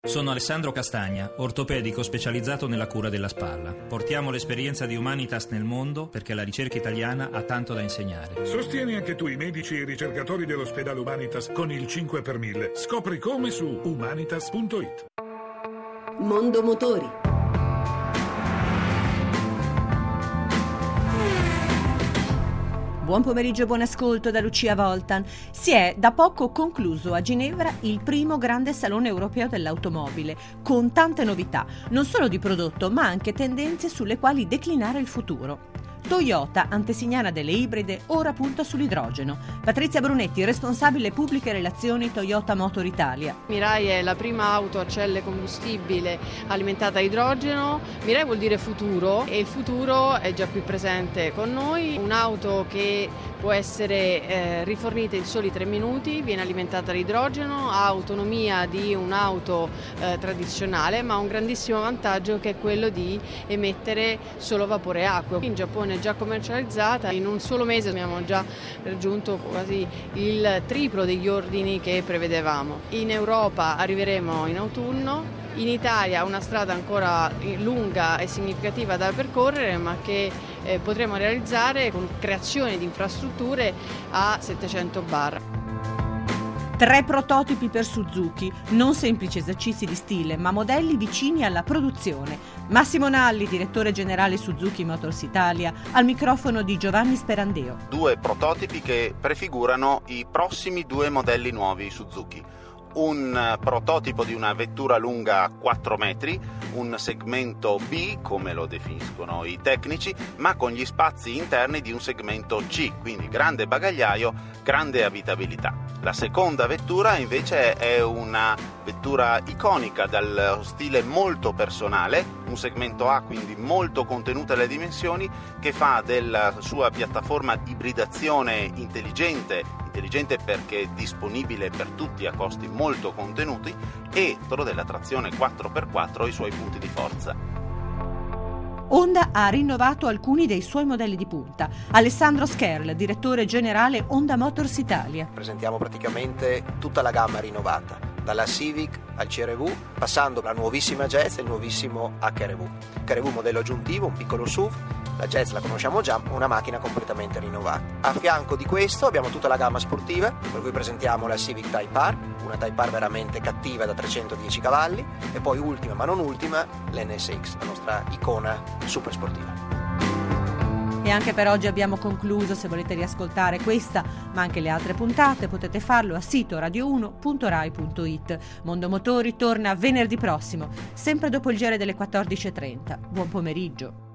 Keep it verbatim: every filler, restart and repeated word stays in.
Sono Alessandro Castagna, ortopedico specializzato nella cura della spalla. Portiamo l'esperienza di Humanitas nel mondo perché la ricerca italiana ha tanto da insegnare. Sostieni anche tu i medici e i ricercatori dell'ospedale Humanitas con il cinque per mille. Scopri come su humanitas punto it. Mondo Motori. Buon pomeriggio e buon ascolto da Lucia Voltan. Si è da poco concluso a Ginevra il primo grande salone europeo dell'automobile, con tante novità, non solo di prodotto, ma anche tendenze sulle quali declinare il futuro. Toyota, antesignana delle ibride, ora punta sull'idrogeno. Patrizia Brunetti, responsabile pubbliche relazioni Toyota Motor Italia. Mirai è la prima auto a celle combustibile alimentata a idrogeno. Mirai vuol dire futuro e il futuro è già qui presente con noi. Un'auto che può essere eh, rifornita in soli tre minuti, viene alimentata all'idrogeno, ha autonomia di un'auto eh, tradizionale, ma ha un grandissimo vantaggio che è quello di emettere solo vapore acqueo. In Giappone è già commercializzata, in un solo mese abbiamo già raggiunto quasi il triplo degli ordini che prevedevamo. In Europa arriveremo in autunno. In Italia una strada ancora lunga e significativa da percorrere, ma che eh, potremo realizzare con creazione di infrastrutture a settecento bar. Tre prototipi per Suzuki, non semplici esercizi di stile, ma modelli vicini alla produzione. Massimo Nalli, direttore generale Suzuki Motors Italia, al microfono di Giovanni Sperandeo. Due prototipi che prefigurano i prossimi due modelli nuovi Suzuki. Un prototipo di una vettura lunga quattro metri, un segmento B, come lo definiscono i tecnici, ma con gli spazi interni di un segmento C, quindi grande bagagliaio, grande abitabilità. La seconda vettura invece è una vettura iconica dal stile molto personale, un segmento A, quindi molto contenuta alle dimensioni, che fa della sua piattaforma di ibridazione intelligente, intelligente perché è disponibile per tutti a costi molto contenuti, e della trazione quattro per quattro i suoi punti di forza. Honda ha rinnovato alcuni dei suoi modelli di punta. Alessandro Scherl, direttore generale Honda Motors Italia. Presentiamo praticamente tutta la gamma rinnovata, dalla Civic al C R V, passando la nuovissima Jazz e il nuovissimo H R V. H R V modello aggiuntivo, un piccolo S U V, la Jazz la conosciamo già, una macchina completamente rinnovata. A fianco di questo abbiamo tutta la gamma sportiva, per cui presentiamo la Civic Type R, una Type R veramente cattiva da trecentodieci cavalli, e poi ultima ma non ultima l'N S X, la nostra icona super sportiva. E anche per oggi abbiamo concluso. Se volete riascoltare questa ma anche le altre puntate potete farlo a sito radio uno punto rai punto it. Mondo Motori torna venerdì prossimo, sempre dopo il giro delle quattordici e trenta. Buon pomeriggio.